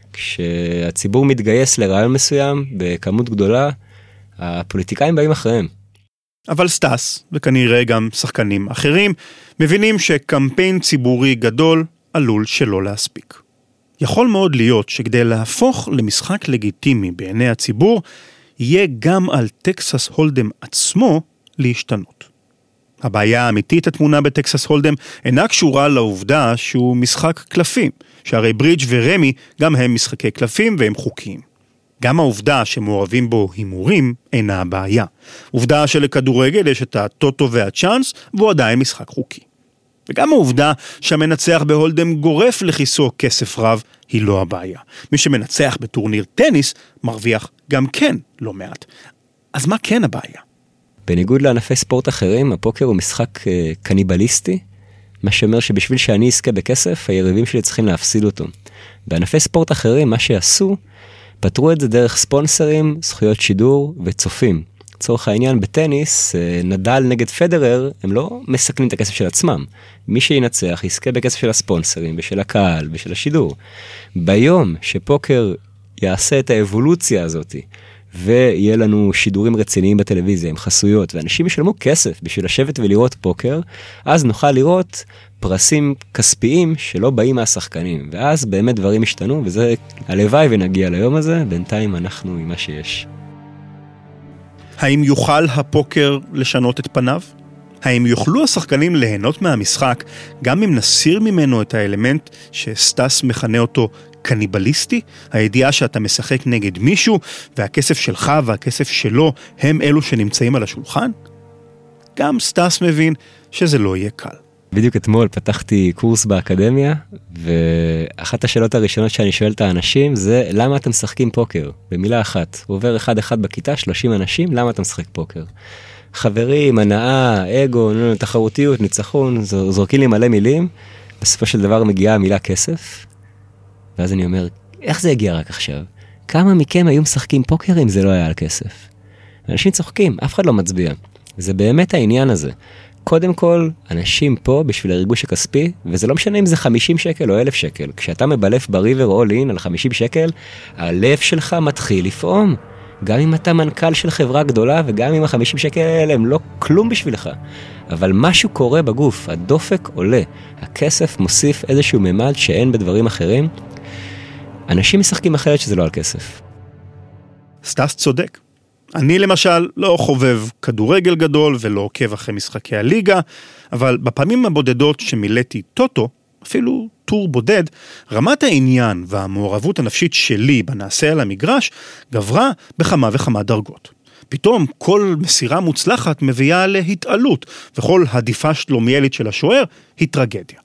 S5: כשהציבור מתגייס לרעיון מסוים בכמות גדולה, הפוליטיקאים באים אחריהם.
S1: אבל סטס, וכנראה גם שחקנים אחרים, מבינים שקמפיין ציבורי גדול עלול שלא להספיק. יכול מאוד להיות שכדי להפוך למשחק לגיטימי בעיני הציבור, יהיה גם על טקסס הולדם עצמו להשתנות. הבעיה האמיתית התמונה בטקסס הולדם אינה קשורה לעובדה שהוא משחק קלפים, שהרי ברידג' ורמי גם הם משחקי קלפים והם חוקיים. גם העובדה שמעורבים בו הימורים אינה הבעיה. עובדה שלכדורגל יש את הטוטו והצ'אנס והוא עדיין משחק חוקי. וגם העובדה שהמנצח בהולדם גורף לכיסו כסף רב היא לא הבעיה. מי שמנצח בטורניר טניס מרוויח גם כן לא מעט. אז מה כן הבעיה?
S5: בניגוד לענפי ספורט אחרים, הפוקר הוא משחק קניבליסטי, מה שאומר שבשביל שאני אזכה בכסף, היריבים שלי צריכים להפסיד אותו. בענפי ספורט אחרים, מה שעשו, פתרו את זה דרך ספונסרים, זכויות שידור וצופים. לצורך העניין, בטניס, נדל נגד פדרר, הם לא מסכנים את הכסף של עצמם. מי שינצח יזכה בכסף של הספונסרים ושל הקהל ושל השידור. ביום שפוקר יעשה את האבולוציה הזאת, ויהיה לנו שידורים רציניים בטלוויזיה עם חסויות, ואנשים ישלמו כסף בשביל לשבת ולראות פוקר, אז נוכל לראות פרסים כספיים שלא באים מהשחקנים, ואז באמת דברים השתנו, וזה הלוואי ונגיע ליום הזה, בינתיים אנחנו עם מה שיש.
S1: האם יוכל הפוקר לשנות את פניו? האם יוכלו השחקנים ליהנות מהמשחק, גם אם נסיר ממנו את האלמנט שסטס מכנה אותו קניבליסטי, הידיעה שאתה משחק נגד מישהו, והכסף שלך והכסף שלו הם אלו שנמצאים על השולחן? גם סטס מבין שזה לא יהיה קל.
S5: בדיוק אתמול פתחתי קורס באקדמיה, ואחת השאלות הראשונות שאני שואל את האנשים זה, למה אתם משחקים פוקר? במילה אחת, הוא עובר אחד בכיתה, 30 אנשים, למה אתה משחק פוקר? חברים, הנאה, אגו, תחרותיות, ניצחון, זורקים לי מלא מילים, בסופו של דבר מגיעה המילה כסף, ואז אני אומר, איך זה הגיע רק עכשיו? כמה מכם היו משחקים פוקר אם זה לא היה על כסף? אנשים צוחקים, אף אחד לא מצביע. זה באמת העניין הזה. קודם כל, אנשים פה בשביל הריגוש הכספי, וזה לא משנה אם זה 50 שקל או 1,000 שקל. כשאתה מבלף בריבר אול אין על 50 שקל, הלב שלך מתחיל לפעום. גם אם אתה מנכ"ל של חברה גדולה, וגם אם ה-50 שקל האלה הם לא כלום בשבילך. אבל משהו קורה בגוף, הדופק עולה. הכסף מוסיף איזשהו ממד שאין בדברים אחרים. אנשים משחקים אחרת שזה לא על כסף.
S1: סטס צודק. אני למשל לא חובב כדורגל גדול ולא עוקב אחרי משחקי הליגה, אבל בפעמים הבודדות שמילאתי טוטו, אפילו טור בודד, רמת העניין והמעורבות הנפשית שלי בנעשה על המגרש גברה בכמה וכמה דרגות. פתאום כל מסירה מוצלחת מביאה להתעלות, וכל הדיפה שלומיאלית של השוער היא טרגדיה.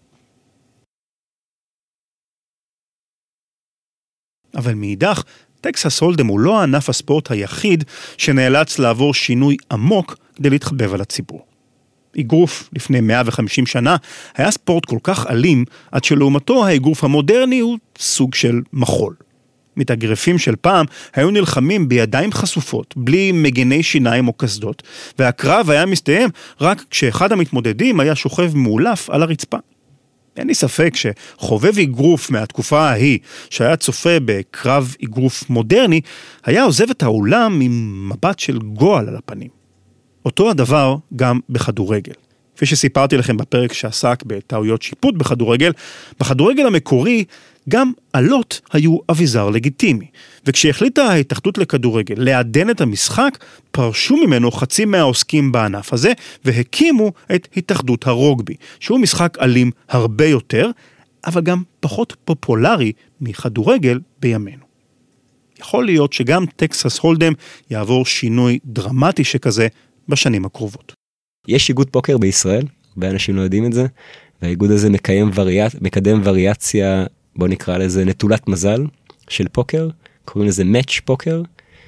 S1: אבל מאידך, טקסס הולדם הוא לא ענף הספורט היחיד שנאלץ לעבור שינוי עמוק כדי להתחבב על הציבור. אגרוף לפני 150 שנה היה ספורט כל כך אלים, עד שלעומתו האגרוף המודרני הוא סוג של מחול. מתאגרפים של פעם היו נלחמים בידיים חשופות, בלי מגני שיניים או קסדות, והקרב היה מסתיים רק כשאחד המתמודדים היה שוכב מעולף על הרצפה. אין לי ספק שחובב אגרוף מהתקופה ההיא, שהיה צופה בקרב אגרוף מודרני, היה עוזב את העולם עם מבט של גועל על הפנים. אותו הדבר גם בכדורגל. כפי שסיפרתי לכם בפרק שעסק בטעויות שיפוט בכדורגל, בכדורגל המקורי גם עלות היו אביזר לגיטימי. וכשהחליטה ההתאחדות לכדורגל לעדן את המשחק, פרשו ממנו חצי מהעוסקים בענף הזה, והקימו את התאחדות הרוגבי, שהוא משחק אלים הרבה יותר, אבל גם פחות פופולרי מכדורגל בימינו. יכול להיות שגם טקסס הולדם יעבור שינוי דרמטי שכזה בשנים הקרובות.
S5: יש איגוד פוקר בישראל, הרבה אנשים לא יודעים את זה, והאיגוד הזה מקדם וריאציה, בוא נקרא לזה נטולת מזל של פוקר, קוראים לזה מאץ' פוקר,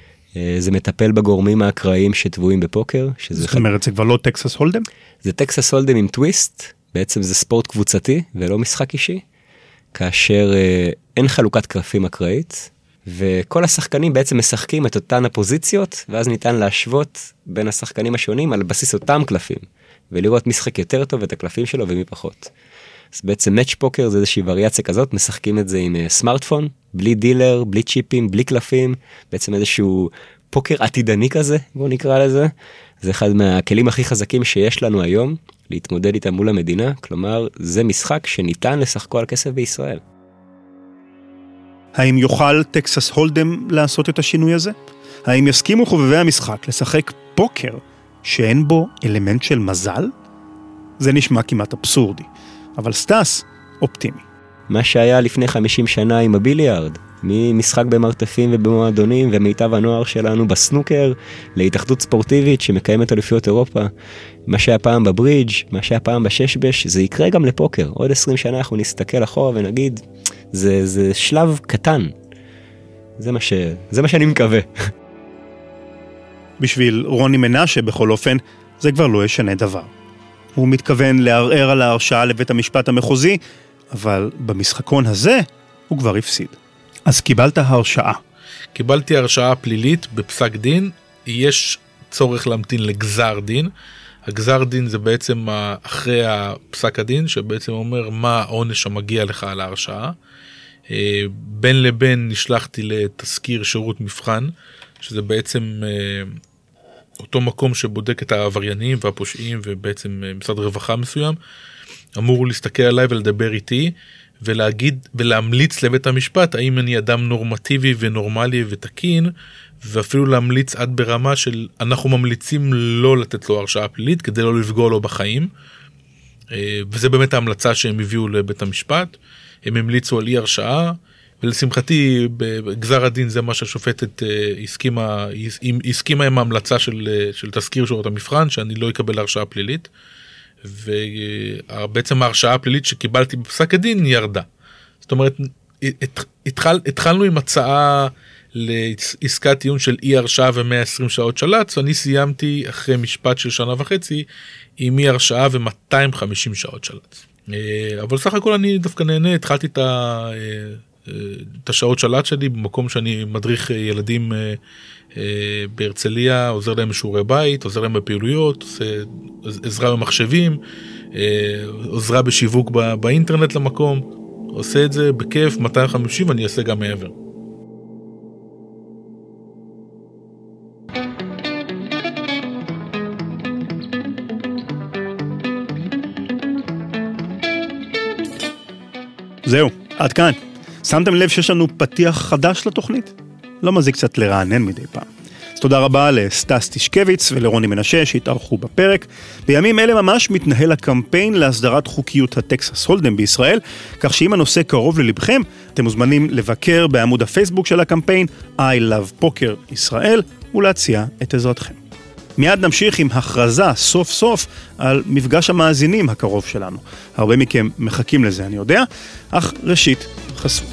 S5: זה מטפל בגורמים האקראיים שטבועים בפוקר.
S1: זאת אומרת, זה כבר לא טקסס הולדם?
S5: זה טקסס הולדם עם טוויסט, בעצם זה ספורט קבוצתי ולא משחק אישי, כאשר אין חלוקת קלפים אקראית, וכל השחקנים בעצם משחקים את אותן הפוזיציות, ואז ניתן להשוות בין השחקנים השונים על בסיס אותם קלפים, ולראות משחק יותר טוב את הקלפים שלו ומי פחות. אז בעצם מאץ' פוקר זה איזושהי וריאציה כזאת, משחקים את זה עם סמארטפון, בלי דילר, בלי צ'יפים, בלי קלפים, בעצם איזשהו פוקר עתידני כזה, בוא נקרא לזה. זה אחד מהכלים הכי חזקים שיש לנו היום, להתמודד איתם מול המדינה, כלומר זה משחק שניתן לשחקו על כסף בישראל.
S1: האם יוכל טקסס הולדם לעשות את השינוי הזה? האם יסכימו חובבי המשחק לשחק פוקר שאין בו אלמנט של מזל? זה נשמע כמעט אבסורדי, אבל סטס אופטימי.
S5: מה שהיה לפני 50 שנה עם הביליארד, ממשחק במרתפים ובמועדונים ומיטב הנוער שלנו בסנוקר, להתאחדות ספורטיבית שמקיימת אליפויות אירופה, מה שהיה פעם בברידג', מה שהיה פעם בששבש, זה יקרה גם לפוקר. עוד 20 שנה אנחנו נסתכל אחורה ונגיד, זה שלב קטן. זה מה שאני מקווה.
S1: בשביל רוני מנשה בכל אופן, זה כבר לא ישנה דבר. הוא מתכוון לערער על ההרשעה לבית המשפט המחוזי, אבל במשחקון הזה הוא כבר הפסיד. אז קיבלת הרשעה.
S4: קיבלתי הרשעה פלילית בפסק דין, יש צורך להמתין לגזר דין. הגזר דין זה בעצם אחרי הפסק הדין, שבעצם אומר מה העונש המגיע לך על ההרשעה. בין לבין נשלחתי לתזכיר שירות מבחן, שזה בעצם אותו מקום שבודק את העבריינים והפושעים, ובעצם משרד רווחה מסוים, אמור להסתכל עליי ולדבר איתי, ולהגיד ולהמליץ לבית המשפט האם אני אדם נורמטיבי ונורמלי ותקין, ואפילו להמליץ עד ברמה של אנחנו ממליצים לא לתת לו הרשעה פלילית כדי לא לפגוע לו בחיים. וזה באמת ההמלצה שהם הביאו לבית המשפט. הם המליצו על אי הרשעה, ולשמחתי בגזר הדין זה מה שהשופטת הסכימה עם ההמלצה של תזכיר שירות המבחן, שאני לא אקבל הרשעה פלילית. ובעצם ההרשעה הפלילית שקיבלתי בפסק הדין ירדה. זאת אומרת, התחלנו עם הצעה לעסקת טיעון של אי הרשעה ו120 שעות שלץ, ואני סיימתי אחרי משפט של שנה וחצי עם אי הרשעה ו250 שעות שלץ. אבל סך הכל אני דווקא נהנה, התחלתי את השעות שלץ שלי במקום שאני מדריך ילדים בהרצליה, עוזר להם בשיעורי בית, עוזר להם בפעילויות, עושה עזרה במחשבים, עוזרה בשיווק באינטרנט למקום, עושה את זה בכיף, 250 ואני אעשה גם מעבר.
S1: זהו, עד כאן. שמתם לב שיש לנו פתיח חדש לתוכנית? לא מזיק קצת לרענן מדי פעם. אז תודה רבה לסטס טישקביץ ולרוני מנשה שהתארחו בפרק. בימים אלה ממש מתנהל הקמפיין להסדרת חוקיות הטקסס הולדם בישראל, כך שאם הנושא קרוב ללבכם, אתם מוזמנים לבקר בעמוד הפייסבוק של הקמפיין I Love Poker ישראל ולהציע את עזרתכם. מיד נמשיך עם הכרזה סוף סוף על מפגש המאזינים הקרוב שלנו. הרבה מכם מחכים לזה, אני יודע, אך ראשית חסות.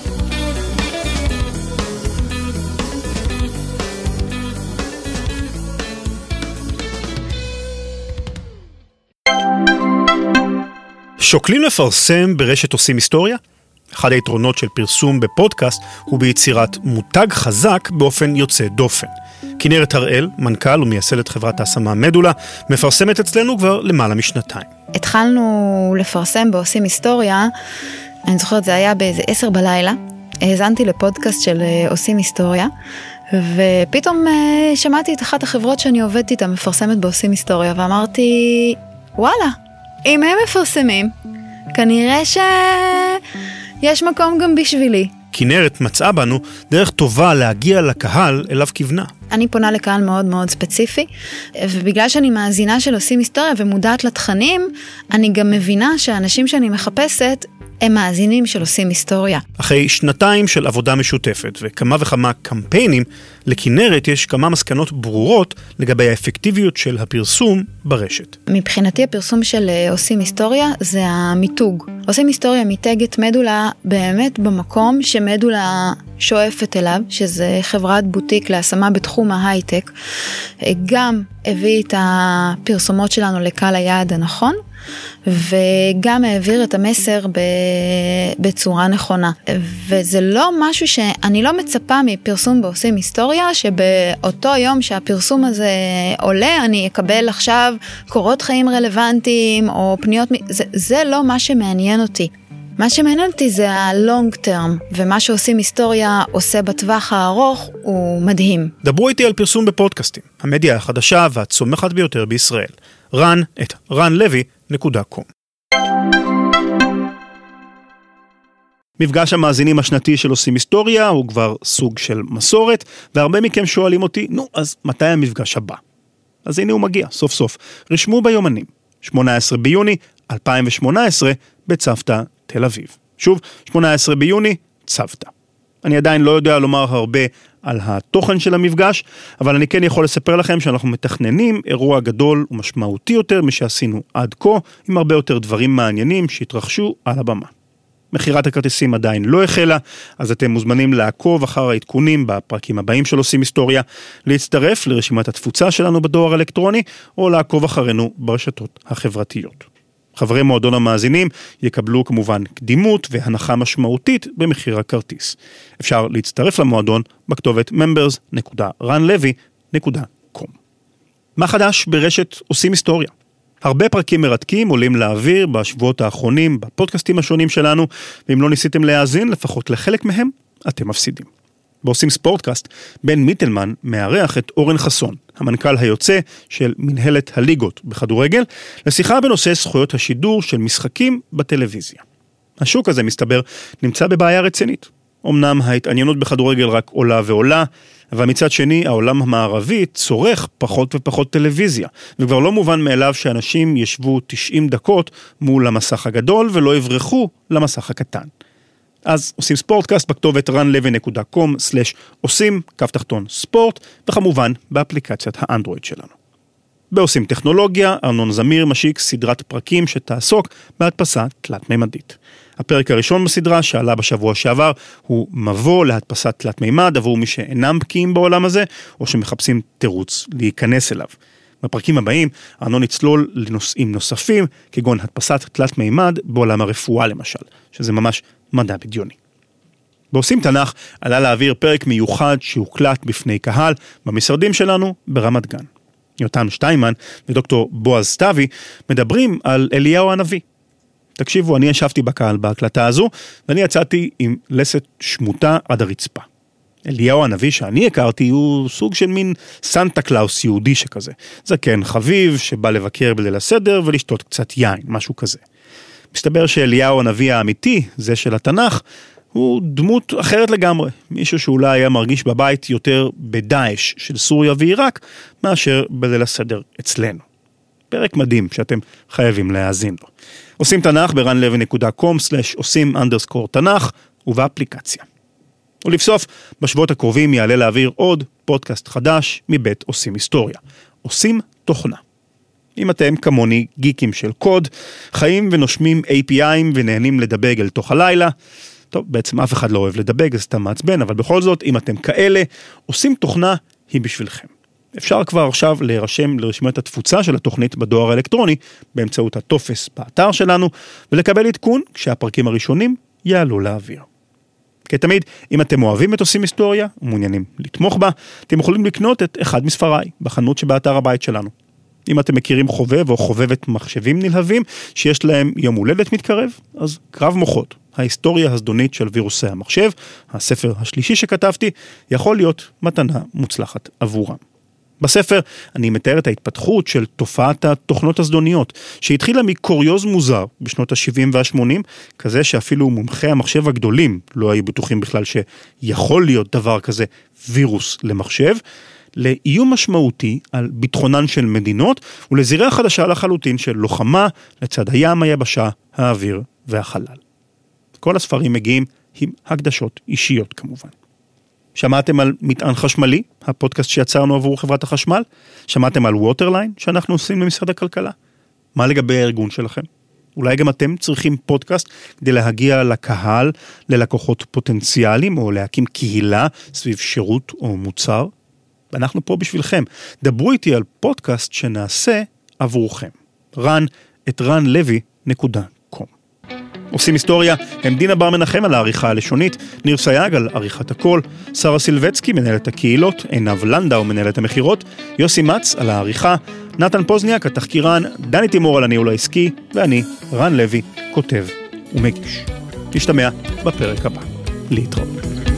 S1: שוקלים לפרסם ברשת עושים היסטוריה? אחד היתרונות של פרסום בפודקאסט הוא ביצירת מותג חזק באופן יוצא דופן. כנרת הראל, מנכ"ל ומייסדת חברת ההשמה מדולה, מפרסמת אצלנו כבר למעלה משנתיים.
S6: התחלנו לפרסם בעושים היסטוריה, אני זוכרת זה היה באיזה 10 בלילה, האזנתי לפודקאסט של עושים היסטוריה, ופתאום שמעתי את אחת החברות שאני עובדת איתה מפרסמת בעושים היסטוריה, ואמרתי, וואלה, אם הם מפרסמים, כנראה שיש מקום גם בשבילי.
S1: כנרת מצאה בנו דרך טובה להגיע לקהל אליו כיוונה.
S6: אני פונה לקהל מאוד מאוד ספציפי, ובגלל שאני מאזינה של עושים היסטוריה ומודעת לתכנים, אני גם מבינה שהאנשים שאני מחפשת הם מאזינים של עושים היסטוריה.
S1: אחרי שנתיים של עבודה משותפת וכמה וכמה קמפיינים, לכנרת יש כמה מסקנות ברורות לגבי האפקטיביות של הפרסום ברשת.
S6: מבחינתי הפרסום של עושים היסטוריה זה המיתוג. עושים היסטוריה מיתג את מדולה באמת במקום שמדולה שואפת אליו, שזה חברת בוטיק להשמה בתחום ההייטק. גם הביא את הפרסומות שלנו לקהל היעד הנכון, וגם העביר את המסר בצורה נכונה. וזה לא משהו שאני לא מצפה מפרסום בעושים היסטוריה, שבאותו יום שהפרסום הזה עולה, אני אקבל עכשיו קורות חיים רלוונטיים, או פניות, זה לא מה שמעניין אותי. מה שמעניין אותי זה ה-long term, ומה שעושים היסטוריה עושה בטווח הארוך הוא מדהים.
S1: דברו איתי על פרסום בפודקאסטים, המדיה החדשה והצומחת ביותר בישראל. ranlevy.com מפגש המאזינים השנתי של עושים היסטוריה הוא כבר סוג של מסורת, והרבה מכם שואלים אותי, נו, אז מתי המפגש הבא? אז הנה הוא מגיע, סוף סוף. רשמו ביומנים, 18 ביוני 2018 בצוותא תל אביב. שוב, 18 ביוני, צוותא. אני עדיין לא יודע לומר הרבה על התוכן של המפגש, אבל אני כן יכול לספר לכם שאנחנו מתכננים אירוע גדול ומשמעותי יותר משעשינו עד כה, עם הרבה יותר דברים מעניינים שהתרחשו על הבמה. מחירת הכרטיסים עדיין לא החלה, אז אתם מוזמנים לעקוב אחר העדכונים בפרקים הבאים של עושים היסטוריה, להצטרף לרשימת התפוצה שלנו בדואר אלקטרוני, או לעקוב אחרינו ברשתות החברתיות. חברי מועדון המאזינים יקבלו כמובן קדימות והנחה משמעותית במחיר הכרטיס. אפשר להצטרף למועדון בכתובת members.ranlevy.com. מה חדש ברשת עושים היסטוריה? הרבה פרקים מרתקים עולים לאוויר בשבועות האחרונים בפודקאסטים השונים שלנו, ואם לא ניסיתם להאזין לפחות לחלק מהם, אתם מפסידים. בעושים ספורטקאסט, בן מיטלמן מארח את אורן חסון, המנכ"ל היוצא של מנהלת הליגות בכדורגל, לשיחה בנושא זכויות השידור של משחקים בטלוויזיה. השוק הזה מסתבר נמצא בבעיה רצינית. אמנם ההתעניינות בכדורגל רק עולה ועולה, אבל מצד שני העולם המערבי צורך פחות ופחות טלוויזיה, וכבר לא מובן מאליו שאנשים ישבו 90 דקות מול המסך הגדול ולא יברחו למסך הקטן. אז עושים ספורטקאסט בכתובת ranlevy.com/עושים ספורט, וכמובן באפליקציית האנדרואיד שלנו. בעושים טכנולוגיה, ארנון זמיר משיק סדרת פרקים שתעסוק בהדפסה תלת-מימדית. הפרק הראשון בסדרה שעלה בשבוע שעבר הוא מבוא להדפסת תלת-מימד עבור מי שאינם בקיאים בעולם הזה, או שמחפשים תירוץ להיכנס אליו. בפרקים הבאים, ארנון יצלול לנושאים נוספים, כגון הדפסת תלת-מימד בעולם הרפואה למשל, שזה ממש מדע בדיוני. בעושים תנ"ך עלה להעביר פרק מיוחד שהוקלט בפני קהל במשרדים שלנו ברמת גן. יותם שטיימן ודוקטור בועז סתיוי מדברים על אליהו הנביא. תקשיבו, אני ישבתי בקהל בהקלטה הזו, ואני יצאתי עם לסת שמוטה עד הרצפה. אליהו הנביא שאני הכרתי הוא סוג של מין סנטה קלאוס יהודי שכזה. זקן חביב שבא לבקר בליל הסדר ולשתות קצת יין, משהו כזה. מסתבר שאליהו הנביא האמיתי, זה של התנ"ך, הוא דמות אחרת לגמרי. מישהו שאולי היה מרגיש בבית יותר בדאעש של סוריה ועיראק, מאשר בליל הסדר אצלנו. פרק מדהים שאתם חייבים להאזין לו. עושים תנ"ך ב-ranlevy.com/עושים_תנ"ך ובאפליקציה. ולבסוף, בשבועות הקרובים יעלה להעביר עוד פודקאסט חדש מבית עושים היסטוריה. עושים תוכנה. אם אתם כמוני גיקים של קוד, חיים ונושמים API'ים ונהנים לדבג אל תוך הלילה, טוב, בעצם אף אחד לא אוהב לדבג, זה סתם מעצבן, אבל בכל זאת, אם אתם כאלה, עושים תוכנה היא בשבילכם. אפשר כבר עכשיו להירשם לרשימת התפוצה של התוכנית בדואר האלקטרוני, באמצעות הטופס באתר שלנו, ולקבל עדכון כשהפרקים הראשונים יעלו לאוויר. כתמיד, אם אתם אוהבים את עושים היסטוריה, ומעוניינים לתמוך בה, אתם יכולים לקנות את אחד מספריי, בחנות שבאתר הבית שלנו. אם אתם מכירים חובב או חובבת מחשבים נלהבים, שיש להם יום הולדת מתקרב, אז קרב מוחות, ההיסטוריה הזדונית של וירוסי המחשב, הספר השלישי שכתבתי, יכול להיות מתנה מוצלחת עבורם. בספר אני מתאר את ההתפתחות של תופעת התוכנות הזדוניות, שהתחילה מקוריוז מוזר בשנות ה-70 וה-80, כזה שאפילו מומחי המחשב הגדולים לא היו בטוחים בכלל שיכול להיות דבר כזה וירוס למחשב, לאיום משמעותי על ביטחונן של מדינות, ולזירה חדשה לחלוטין של לוחמה לצד הים, היבשה, האוויר והחלל. כל הספרים מגיעים עם הקדשות אישיות כמובן. שמעתם על מטען חשמלי, הפודקאסט שיצרנו עבור חברת החשמל? שמעתם על ווטרליין שאנחנו עושים במשרד הכלכלה? מה לגבי הארגון שלכם? אולי גם אתם צריכים פודקאסט כדי להגיע לקהל, ללקוחות פוטנציאליים, או להקים קהילה סביב שירות או מוצר? ואנחנו פה בשבילכם. דברו איתי על פודקאסט שנעשה עבורכם. ranlevy.com. עושים היסטוריה, הם דינה בר מנחם על העריכה הלשונית, ניר סייג על עריכת הקול, שרה סילבצקי מנהלת הקהילות, עינב לנדאו מנהלת המחירות, יוסי מצ על העריכה, נתן פוזניאק התחקירן, דני תימור על הניהול העסקי, ואני, רן לוי, כותב ומגיש. נשתמע בפרק הבא. להתראות.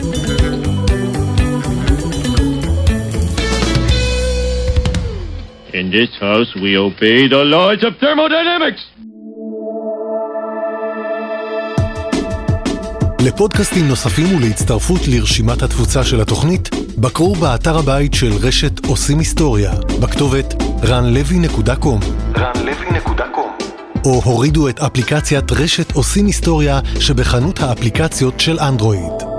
S8: In this house we obey the laws of thermodynamics.
S9: לפודקאסטים נוספים ולהצטרפות לרשימת התפוצה של התוכנית, בקרו באתר הבית של רשת עושים היסטוריה, בכתובת ranlevy.com או הורידו את אפליקציית רשת עושים היסטוריה שבחנות האפליקציות של אנדרואיד.